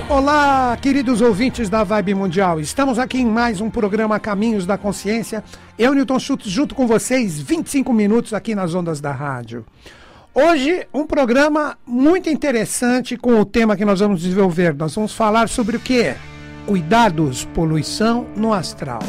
Olá, queridos ouvintes da Vibe Mundial. Estamos aqui em mais um programa Caminhos da Consciência. Eu, Newton Schultz, junto com vocês, 25 minutos aqui nas ondas da rádio. Hoje, um programa muito interessante com o tema que nós vamos desenvolver. Nós vamos falar sobre o quê? Cuidados, poluição no astral.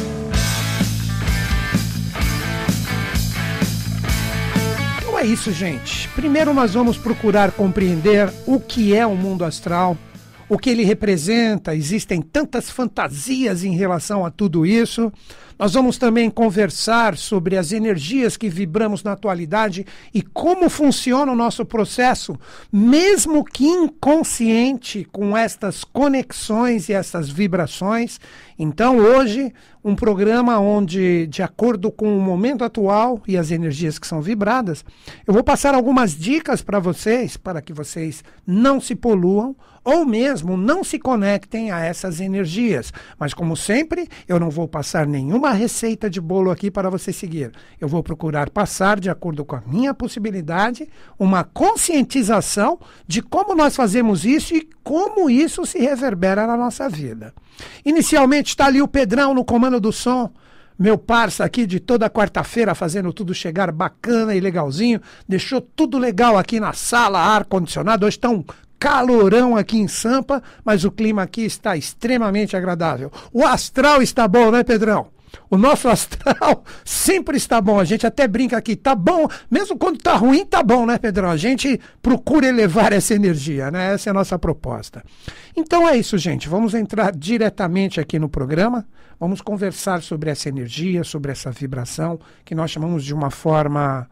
Então é isso, gente. Primeiro nós vamos procurar compreender o que é o mundo astral, o que ele representa. Existem tantas fantasias em relação a tudo isso. Nós vamos também conversar sobre as energias que vibramos na atualidade e como funciona o nosso processo, mesmo que inconsciente, com estas conexões e essas vibrações. Então, hoje, um programa onde, de acordo com o momento atual e as energias que são vibradas, eu vou passar algumas dicas para vocês, para que vocês não se poluam ou mesmo não se conectem a essas energias. Mas, como sempre, eu não vou passar nenhuma receita de bolo aqui para você seguir. Eu vou procurar passar, de acordo com a minha possibilidade, uma conscientização de como nós fazemos isso e como isso se reverbera na nossa vida. Inicialmente está ali o Pedrão no comando do som, meu parça aqui de toda quarta-feira fazendo tudo chegar bacana e legalzinho, deixou tudo legal aqui na sala, ar-condicionado. Hoje está um calorão aqui em Sampa, mas o clima aqui está extremamente agradável. O astral está bom, né, Pedrão? O nosso astral sempre está bom. A gente até brinca aqui, tá bom, mesmo quando tá ruim, tá bom, né, Pedrão? A gente procura elevar essa energia, né? Essa é a nossa proposta. Então é isso, gente. Vamos entrar diretamente aqui no programa. Vamos conversar sobre essa energia, sobre essa vibração, que nós chamamos de uma forma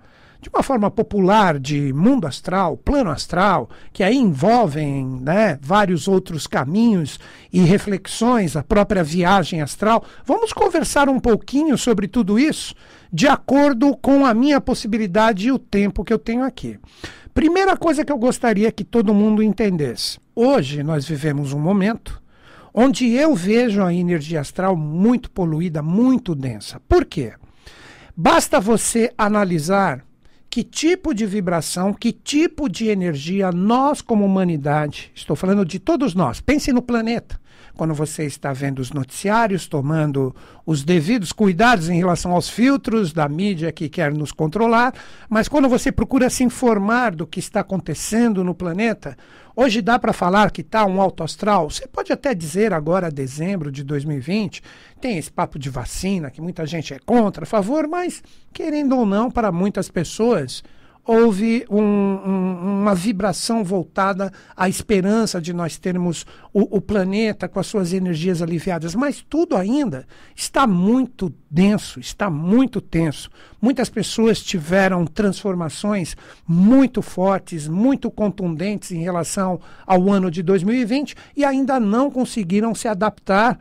popular de mundo astral, plano astral, que aí envolvem, né, vários outros caminhos e reflexões, a própria viagem astral. Vamos conversar um pouquinho sobre tudo isso, de acordo com a minha possibilidade e o tempo que eu tenho aqui. Primeira coisa que eu gostaria que todo mundo entendesse. Hoje nós vivemos um momento onde eu vejo a energia astral muito poluída, muito densa. Por quê? Basta você analisar que tipo de vibração, que tipo de energia nós como humanidade, estou falando de todos nós, pense no planeta, quando você está vendo os noticiários, tomando os devidos cuidados em relação aos filtros da mídia que quer nos controlar, mas quando você procura se informar do que está acontecendo no planeta, hoje dá para falar que está um alto astral. Você pode até dizer agora, dezembro de 2020, tem esse papo de vacina, que muita gente é contra, a favor, mas, querendo ou não, para muitas pessoas, houve uma vibração voltada à esperança de nós termos o planeta com as suas energias aliviadas. Mas tudo ainda está muito denso, está muito tenso. Muitas pessoas tiveram transformações muito fortes, muito contundentes em relação ao ano de 2020 e ainda não conseguiram se adaptar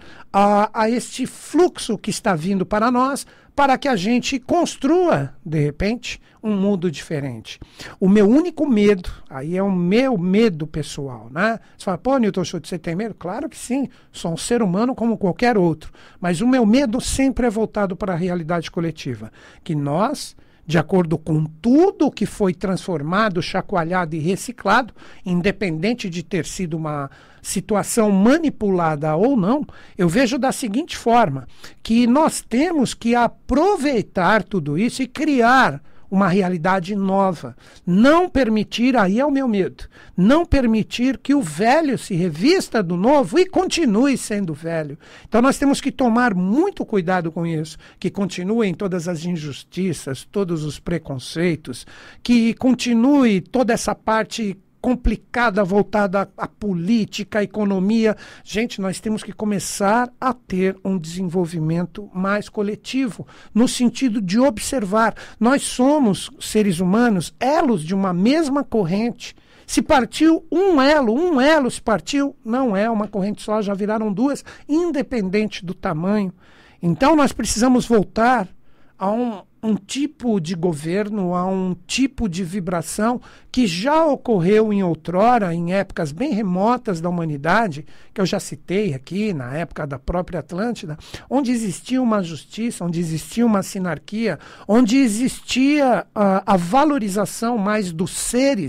a este fluxo que está vindo para nós, para que a gente construa, de repente, um mundo diferente. O meu único medo, aí é o meu medo pessoal, né? Você fala, pô, Newton Schultz, você tem medo? Claro que sim, sou um ser humano como qualquer outro. Mas o meu medo sempre é voltado para a realidade coletiva. Que nós, de acordo com tudo que foi transformado, chacoalhado e reciclado, independente de ter sido uma situação manipulada ou não, eu vejo da seguinte forma, que nós temos que aproveitar tudo isso e criar uma realidade nova. Não permitir, aí é o meu medo, não permitir que o velho se revista do novo e continue sendo velho. Então nós temos que tomar muito cuidado com isso, que continuem todas as injustiças, todos os preconceitos, que continue toda essa parte complicada, voltada à política, à economia. Gente, nós temos que começar a ter um desenvolvimento mais coletivo, no sentido de observar. Nós somos, seres humanos, elos de uma mesma corrente. Se partiu um elo se partiu, não é uma corrente só, já viraram duas, independente do tamanho. Então nós precisamos voltar a um tipo de governo, a um tipo de vibração que já ocorreu em outrora, em épocas bem remotas da humanidade, que eu já citei aqui, na época da própria Atlântida, onde existia uma justiça, onde existia uma sinarquia, onde existia a valorização mais dos seres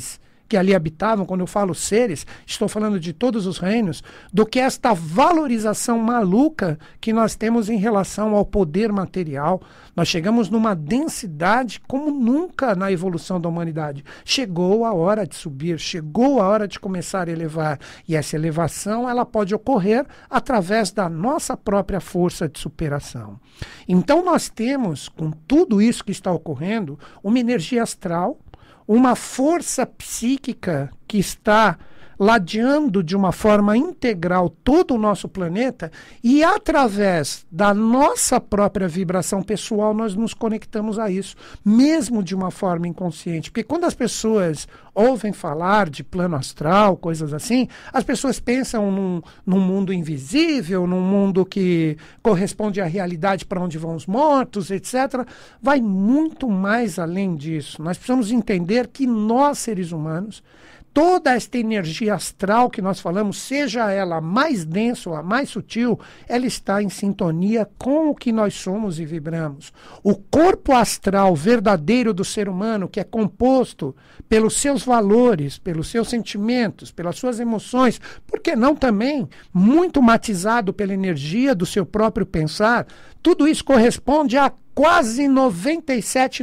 que ali habitavam, quando eu falo seres, estou falando de todos os reinos, do que esta valorização maluca que nós temos em relação ao poder material. Nós chegamos numa densidade como nunca na evolução da humanidade. Chegou a hora de subir, chegou a hora de começar a elevar. E essa elevação ela pode ocorrer através da nossa própria força de superação. Então nós temos, com tudo isso que está ocorrendo, uma energia astral, uma força psíquica que está ladeando de uma forma integral todo o nosso planeta, e através da nossa própria vibração pessoal nós nos conectamos a isso, mesmo de uma forma inconsciente. Porque quando as pessoas ouvem falar de plano astral, coisas assim, as pessoas pensam num mundo invisível, num mundo que corresponde à realidade para onde vão os mortos, etc. Vai muito mais além disso. Nós precisamos entender que nós, seres humanos, toda esta energia astral que nós falamos, seja ela a mais densa ou a mais sutil, ela está em sintonia com o que nós somos e vibramos. O corpo astral verdadeiro do ser humano, que é composto pelos seus valores, pelos seus sentimentos, pelas suas emoções, por que não também muito matizado pela energia do seu próprio pensar, tudo isso corresponde a quase 97,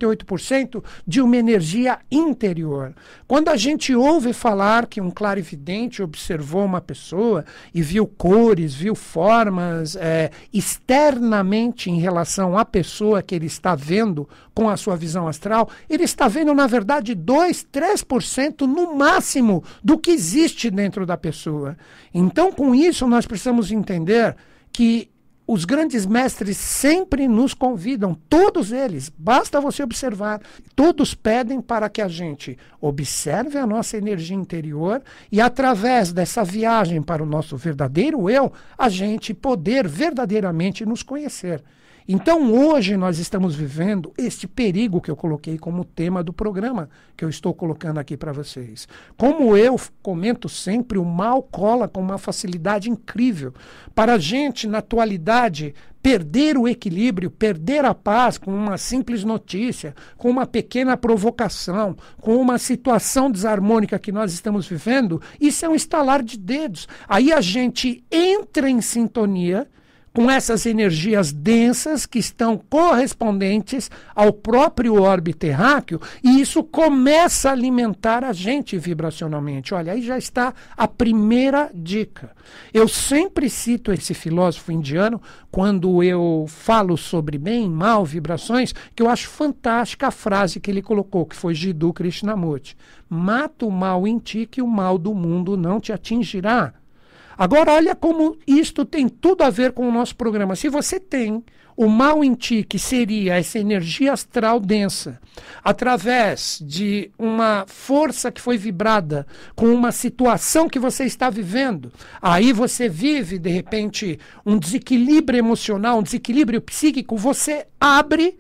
98% de uma energia interior. Quando a gente ouve falar que um clarividente observou uma pessoa e viu cores, viu formas externamente em relação à pessoa que ele está vendo com a sua visão astral, ele está vendo, na verdade, 2, 3% no máximo do que existe dentro da pessoa. Então, com isso, nós precisamos entender que os grandes mestres sempre nos convidam, todos eles, basta você observar, todos pedem para que a gente observe a nossa energia interior e através dessa viagem para o nosso verdadeiro eu, a gente poder verdadeiramente nos conhecer. Então hoje nós estamos vivendo este perigo que eu coloquei como tema do programa que eu estou colocando aqui para vocês. Como eu comento sempre, o mal cola com uma facilidade incrível para a gente, na atualidade, perder o equilíbrio, perder a paz com uma simples notícia, com uma pequena provocação, com uma situação desarmônica que nós estamos vivendo. Isso é um estalar de dedos. Aí a gente entra em sintonia com essas energias densas que estão correspondentes ao próprio orbe terráqueo, e isso começa a alimentar a gente vibracionalmente. Olha, aí já está a primeira dica. Eu sempre cito esse filósofo indiano quando eu falo sobre bem, mal, vibrações, que eu acho fantástica a frase que ele colocou, que foi Jiddu Krishnamurti. Mata o mal em ti, que o mal do mundo não te atingirá. Agora, olha como isto tem tudo a ver com o nosso programa. Se você tem o mal em ti, que seria essa energia astral densa, através de uma força que foi vibrada com uma situação que você está vivendo, aí você vive, de repente, um desequilíbrio emocional, um desequilíbrio psíquico, você abre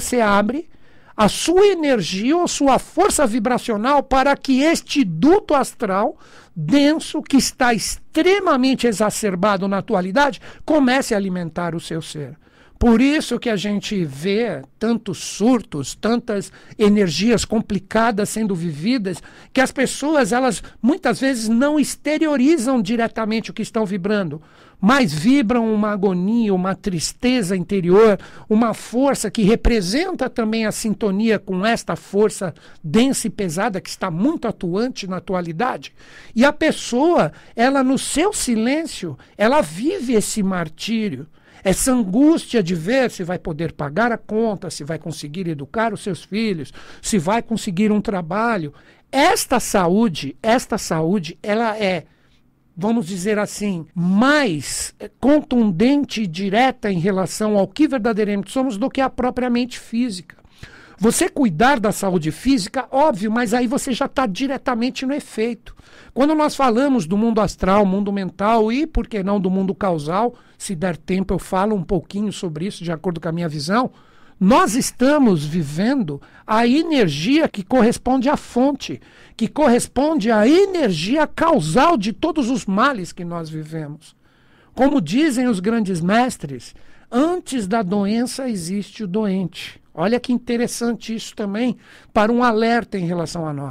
a sua energia ou sua força vibracional para que este duto astral denso, que está extremamente exacerbado na atualidade, comece a alimentar o seu ser. Por isso que a gente vê tantos surtos, tantas energias complicadas sendo vividas, que as pessoas, elas muitas vezes não exteriorizam diretamente o que estão vibrando, mas vibram uma agonia, uma tristeza interior, uma força que representa também a sintonia com esta força densa e pesada que está muito atuante na atualidade. E a pessoa, ela no seu silêncio, ela vive esse martírio, essa angústia de ver se vai poder pagar a conta, se vai conseguir educar os seus filhos, se vai conseguir um trabalho. Esta saúde, ela é, vamos dizer assim, mais contundente e direta em relação ao que verdadeiramente somos do que a própria mente física. Você cuidar da saúde física, óbvio, mas aí você já está diretamente no efeito. Quando nós falamos do mundo astral, mundo mental e, por que não, do mundo causal, se der tempo eu falo um pouquinho sobre isso, de acordo com a minha visão, nós estamos vivendo a energia que corresponde à fonte, que corresponde à energia causal de todos os males que nós vivemos. Como dizem os grandes mestres, antes da doença existe o doente. Olha que interessante isso também para um alerta em relação a nós.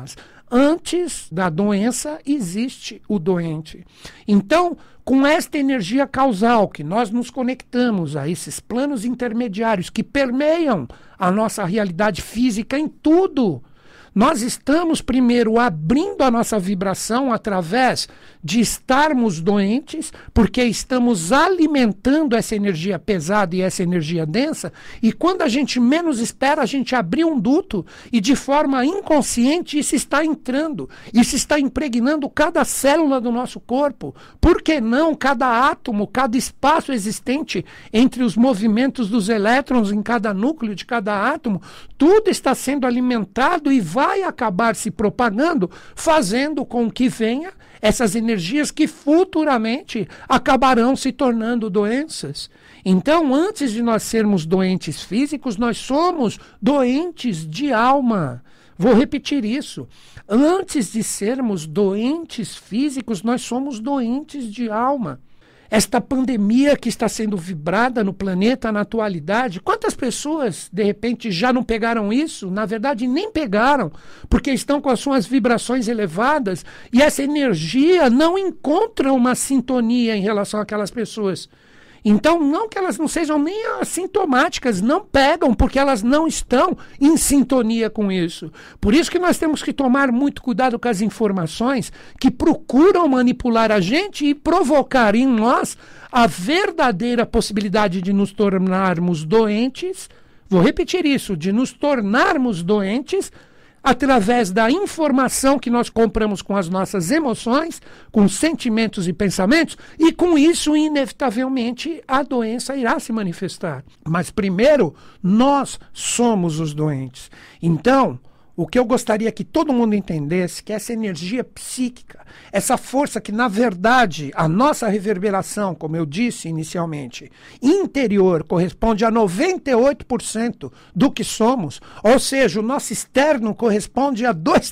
Antes da doença existe o doente. Então, com esta energia causal que nós nos conectamos a esses planos intermediários que permeiam a nossa realidade física em tudo, nós estamos primeiro abrindo a nossa vibração através de estarmos doentes, porque estamos alimentando essa energia pesada e essa energia densa, e quando a gente menos espera, a gente abriu um duto e de forma inconsciente isso está entrando, isso está impregnando cada célula do nosso corpo. Por que não cada átomo, cada espaço existente entre os movimentos dos elétrons em cada núcleo de cada átomo, tudo está sendo alimentado e vai acabar se propagando, fazendo com que venha essas energias que futuramente acabarão se tornando doenças. Então, antes de nós sermos doentes físicos, nós somos doentes de alma. Vou repetir isso. Antes de sermos doentes físicos, nós somos doentes de alma. Esta pandemia que está sendo vibrada no planeta na atualidade, quantas pessoas, de repente, já não pegaram isso? Na verdade, nem pegaram, porque estão com as suas vibrações elevadas e essa energia não encontra uma sintonia em relação àquelas pessoas. Então, não que elas não sejam nem assintomáticas, não pegam, porque elas não estão em sintonia com isso. Por isso que nós temos que tomar muito cuidado com as informações que procuram manipular a gente e provocar em nós a verdadeira possibilidade de nos tornarmos doentes. Vou repetir isso, de nos tornarmos doentes através da informação que nós compramos com as nossas emoções, com sentimentos e pensamentos, e com isso, inevitavelmente, a doença irá se manifestar. Mas primeiro, nós somos os doentes. Então, o que eu gostaria que todo mundo entendesse, que essa energia psíquica, essa força que, na verdade, a nossa reverberação, como eu disse inicialmente, interior, corresponde a 98% do que somos, ou seja, o nosso externo corresponde a 2,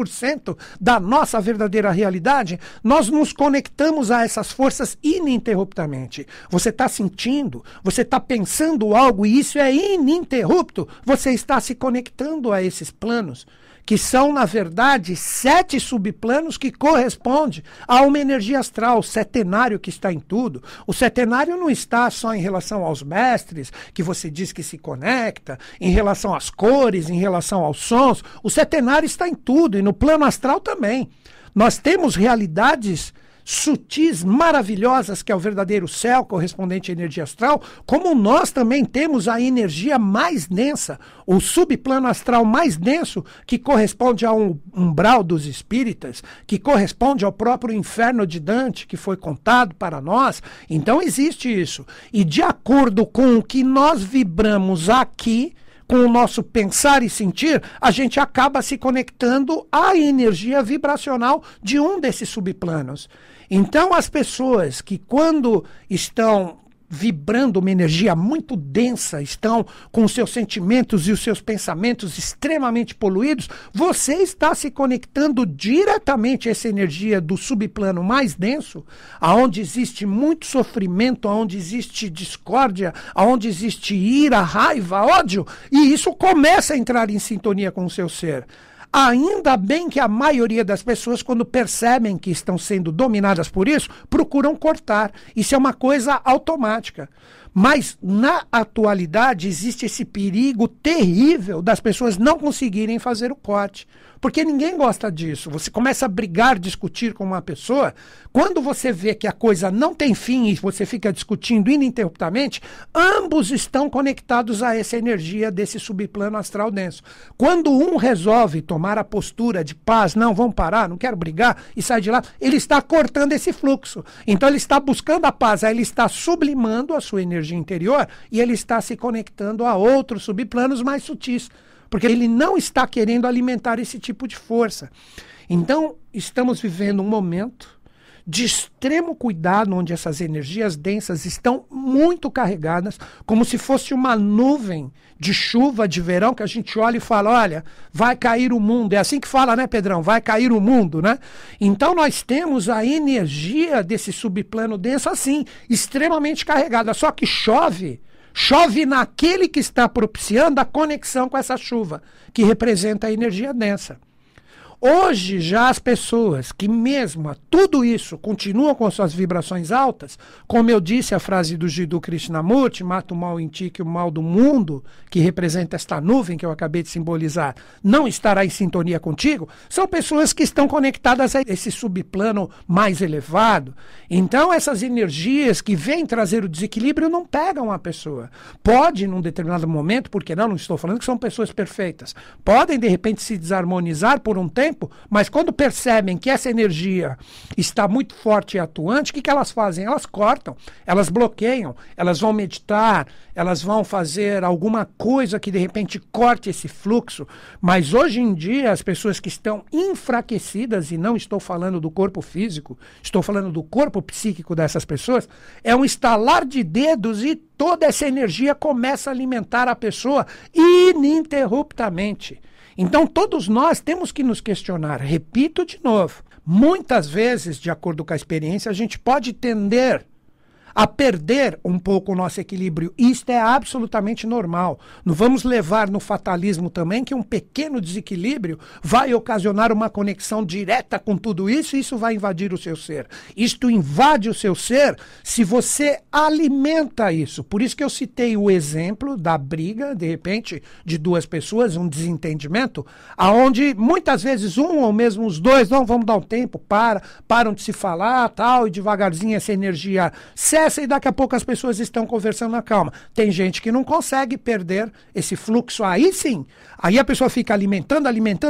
3% da nossa verdadeira realidade, nós nos conectamos a essas forças ininterruptamente. Você está sentindo, você está pensando algo e isso é ininterrupto, você está se conectando a esses planos, que são, na verdade, 7 subplanos que correspondem a uma energia astral, o setenário que está em tudo. O setenário não está só em relação aos mestres, que você diz que se conecta, em relação às cores, em relação aos sons. O setenário está em tudo, e no plano astral também. Nós temos realidades sutis, maravilhosas, que é o verdadeiro céu, correspondente à energia astral, como nós também temos a energia mais densa, o subplano astral mais denso, que corresponde ao umbral dos espíritas, que corresponde ao próprio inferno de Dante, que foi contado para nós. Então existe isso. E de acordo com o que nós vibramos aqui, com o nosso pensar e sentir, a gente acaba se conectando à energia vibracional de um desses subplanos. Então, as pessoas que, quando estão vibrando uma energia muito densa, estão com os seus sentimentos e os seus pensamentos extremamente poluídos, você está se conectando diretamente a essa energia do subplano mais denso, aonde existe muito sofrimento, aonde existe discórdia, aonde existe ira, raiva, ódio, e isso começa a entrar em sintonia com o seu ser. Ainda bem que a maioria das pessoas, quando percebem que estão sendo dominadas por isso, procuram cortar. Isso é uma coisa automática. Mas, na atualidade, existe esse perigo terrível das pessoas não conseguirem fazer o corte. Porque ninguém gosta disso. Você começa a brigar, discutir com uma pessoa, quando você vê que a coisa não tem fim e você fica discutindo ininterruptamente, ambos estão conectados a essa energia desse subplano astral denso. Quando um resolve tomar a postura de paz, não, vamos parar, não quero brigar, e sai de lá, ele está cortando esse fluxo. Então ele está buscando a paz, aí ele está sublimando a sua energia interior e ele está se conectando a outros subplanos mais sutis, porque ele não está querendo alimentar esse tipo de força. Então, estamos vivendo um momento de extremo cuidado, onde essas energias densas estão muito carregadas, como se fosse uma nuvem de chuva de verão, que a gente olha e fala, olha, vai cair o mundo. É assim que fala, né, Pedrão? Vai cair o mundo, né? Então nós temos a energia desse subplano denso assim, extremamente carregada, só que chove naquele que está propiciando a conexão com essa chuva, que representa a energia densa. Hoje, já as pessoas que mesmo a tudo isso continuam com suas vibrações altas, como eu disse a frase do Jiddu Krishnamurti, mata o mal em ti que o mal do mundo, que representa esta nuvem que eu acabei de simbolizar, não estará em sintonia contigo, são pessoas que estão conectadas a esse subplano mais elevado. Então essas energias que vêm trazer o desequilíbrio não pegam a pessoa. Pode, num determinado momento, porque não estou falando que são pessoas perfeitas, podem de repente se desarmonizar por um tempo, mas quando percebem que essa energia está muito forte e atuante, o que elas fazem? Elas cortam, elas bloqueiam, elas vão meditar, elas vão fazer alguma coisa que de repente corte esse fluxo. Mas hoje em dia as pessoas que estão enfraquecidas, e não estou falando do corpo físico, estou falando do corpo psíquico dessas pessoas, é um estalar de dedos e toda essa energia começa a alimentar a pessoa ininterruptamente. Então todos nós temos que nos questionar, repito de novo, muitas vezes, de acordo com a experiência, a gente pode tender a perder um pouco o nosso equilíbrio. Isto é absolutamente normal. Não vamos levar no fatalismo também que um pequeno desequilíbrio vai ocasionar uma conexão direta com tudo isso e isso vai invadir o seu ser. Isto invade o seu ser se você alimenta isso. Por isso que eu citei o exemplo da briga, de repente, de duas pessoas, um desentendimento, aonde muitas vezes um ou mesmo os dois, não, vamos dar um tempo, param de se falar, tal, e devagarzinho essa energia e daqui a pouco as pessoas estão conversando na calma. Tem gente que não consegue perder esse fluxo. Aí sim, aí a pessoa fica alimentando.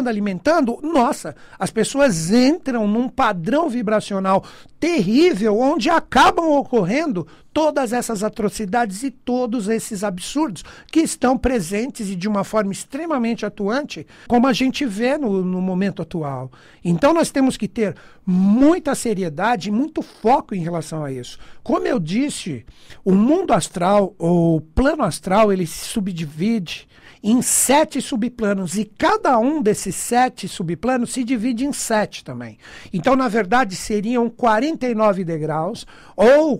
Nossa, as pessoas entram num padrão vibracional terrível, onde acabam ocorrendo todas essas atrocidades e todos esses absurdos que estão presentes e de uma forma extremamente atuante, como a gente vê no momento atual. Então nós temos que ter muita seriedade e muito foco em relação a isso. Como eu disse, o mundo astral, ou plano astral, ele se subdivide em 7 subplanos, e cada um desses 7 subplanos se divide em 7 também. Então, na verdade, seriam 49 degraus ou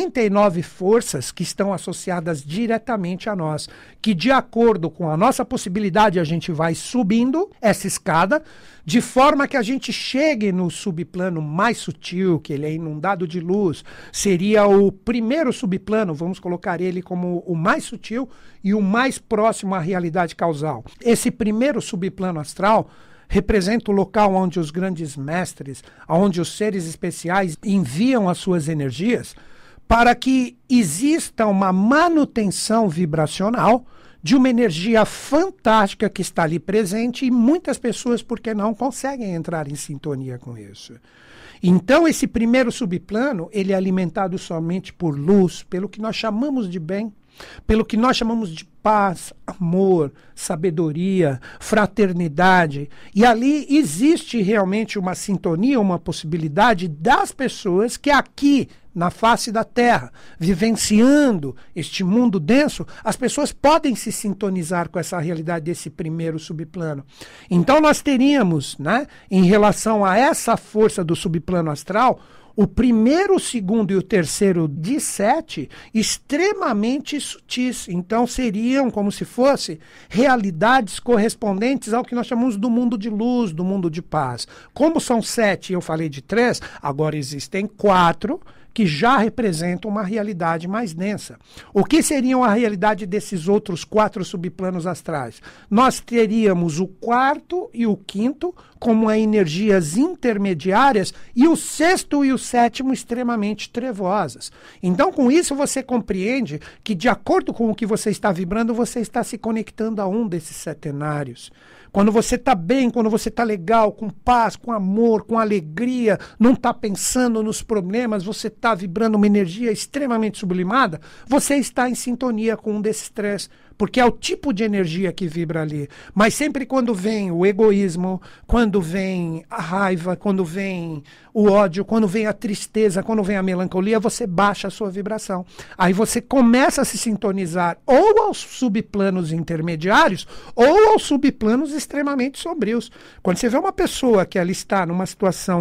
49 forças que estão associadas diretamente a nós, que de acordo com a nossa possibilidade a gente vai subindo essa escada, de forma que a gente chegue no subplano mais sutil, que ele é inundado de luz, seria o primeiro subplano, vamos colocar ele como o mais sutil e o mais próximo à realidade causal. Esse primeiro subplano astral representa o local onde os grandes mestres, onde os seres especiais enviam as suas energias para que exista uma manutenção vibracional de uma energia fantástica que está ali presente, e muitas pessoas, por que não, conseguem entrar em sintonia com isso. Então, esse primeiro subplano, ele é alimentado somente por luz, pelo que nós chamamos de bem, pelo que nós chamamos de paz, amor, sabedoria, fraternidade. E ali existe realmente uma sintonia, uma possibilidade das pessoas que aqui, na face da Terra, vivenciando este mundo denso, as pessoas podem se sintonizar com essa realidade desse primeiro subplano. Então nós teríamos, né, em relação a essa força do subplano astral, o primeiro, o segundo e o terceiro de 7 extremamente sutis. Então seriam como se fosse realidades correspondentes ao que nós chamamos do mundo de luz, do mundo de paz. Como são 7 e eu falei de 3, agora existem 4 que já representam uma realidade mais densa. O que seriam a realidade desses outros 4 subplanos astrais? Nós teríamos o quarto e o quinto como energias intermediárias e o sexto e o sétimo extremamente trevosas. Então, com isso, você compreende que, de acordo com o que você está vibrando, você está se conectando a um desses setenários. Quando você está bem, quando você está legal, com paz, com amor, com alegria, não está pensando nos problemas, você está vibrando uma energia extremamente sublimada, você está em sintonia com um desses 3, porque é o tipo de energia que vibra ali. Mas sempre quando vem o egoísmo, quando vem a raiva, quando vem o ódio, quando vem a tristeza, quando vem a melancolia, você baixa a sua vibração. Aí você começa a se sintonizar ou aos subplanos intermediários ou aos subplanos extremamente sombrios. Quando você vê uma pessoa que ela está numa situação extremamente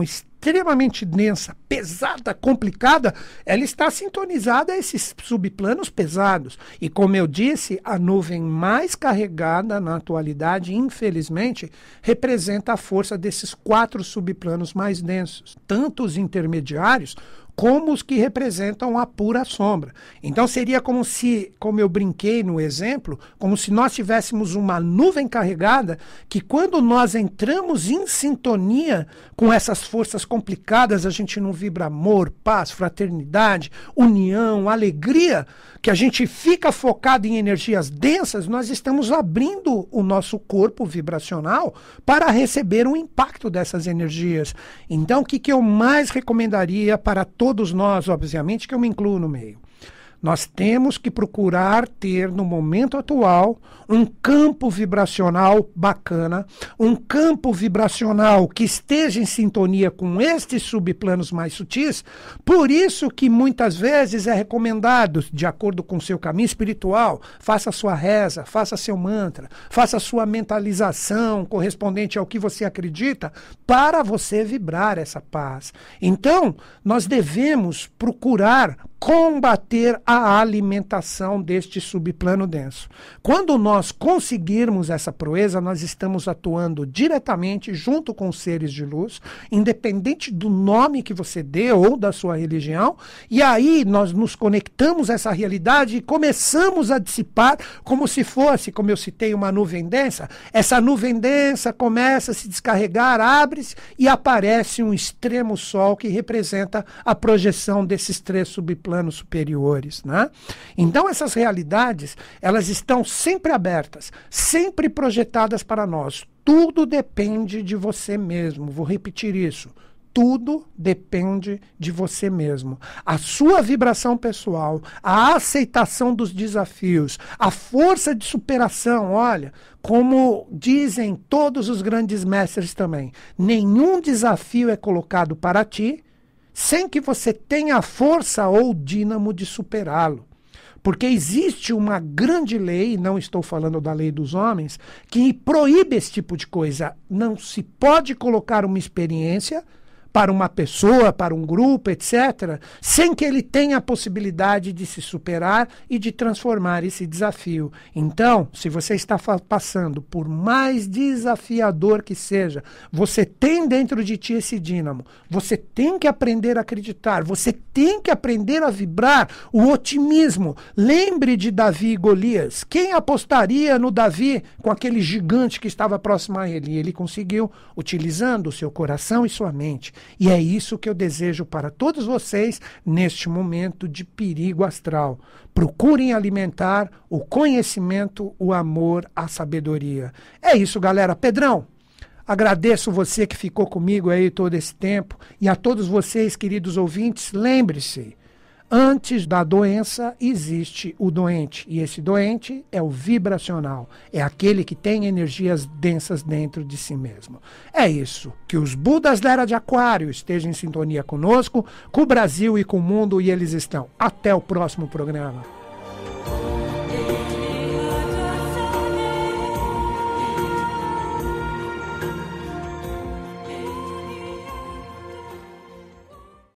extremamente densa, pesada, complicada, ela está sintonizada a esses subplanos pesados. E como eu disse, a nuvem mais carregada na atualidade, infelizmente, representa a força desses 4 subplanos mais densos, tanto os intermediários como os que representam a pura sombra. Então seria como se, como eu brinquei no exemplo, como se nós tivéssemos uma nuvem carregada que quando nós entramos em sintonia com essas forças complicadas, a gente não vibra amor, paz, fraternidade, união, alegria, que a gente fica focado em energias densas, nós estamos abrindo o nosso corpo vibracional para receber um impacto dessas energias. Então o que eu mais recomendaria para todos nós, obviamente, que eu me incluo no meio? Nós temos que procurar ter, no momento atual, um campo vibracional bacana, um campo vibracional que esteja em sintonia com estes subplanos mais sutis. Por isso que muitas vezes é recomendado, de acordo com o seu caminho espiritual, faça sua reza, faça seu mantra, faça sua mentalização correspondente ao que você acredita, para você vibrar essa paz. Então, nós devemos procurar combater a alimentação deste subplano denso. Quando nós conseguirmos essa proeza, nós estamos atuando diretamente junto com os seres de luz, independente do nome que você dê ou da sua religião, e aí nós nos conectamos a essa realidade e começamos a dissipar como se fosse, como eu citei, uma nuvem densa. Essa nuvem densa começa a se descarregar, abre-se e aparece um extremo sol que representa a projeção desses 3 subplanos superiores, né? Então essas realidades, elas estão sempre abertas, sempre projetadas para nós. Tudo depende de você mesmo. Vou repetir isso. Tudo depende de você mesmo. A sua vibração pessoal, a aceitação dos desafios, a força de superação. Olha, como dizem todos os grandes mestres também, nenhum desafio é colocado para ti sem que você tenha a força ou dínamo de superá-lo. Porque existe uma grande lei, não estou falando da lei dos homens, que proíbe esse tipo de coisa. Não se pode colocar uma experiência para uma pessoa, para um grupo, etc., sem que ele tenha a possibilidade de se superar e de transformar esse desafio. Então, se você está passando por mais desafiador que seja, você tem dentro de ti esse dínamo, você tem que aprender a acreditar, você tem que aprender a vibrar o otimismo. Lembre de Davi e Golias. Quem apostaria no Davi com aquele gigante que estava próximo a ele? E ele conseguiu, utilizando o seu coração e sua mente. E é isso que eu desejo para todos vocês neste momento de perigo astral. Procurem alimentar o conhecimento, o amor, a sabedoria. É isso, galera. Pedrão, agradeço você que ficou comigo aí todo esse tempo. E a todos vocês, queridos ouvintes, lembre-se, antes da doença existe o doente, e esse doente é o vibracional, é aquele que tem energias densas dentro de si mesmo. É isso, que os Budas da Era de Aquário estejam em sintonia conosco, com o Brasil e com o mundo, e eles estão. Até o próximo programa.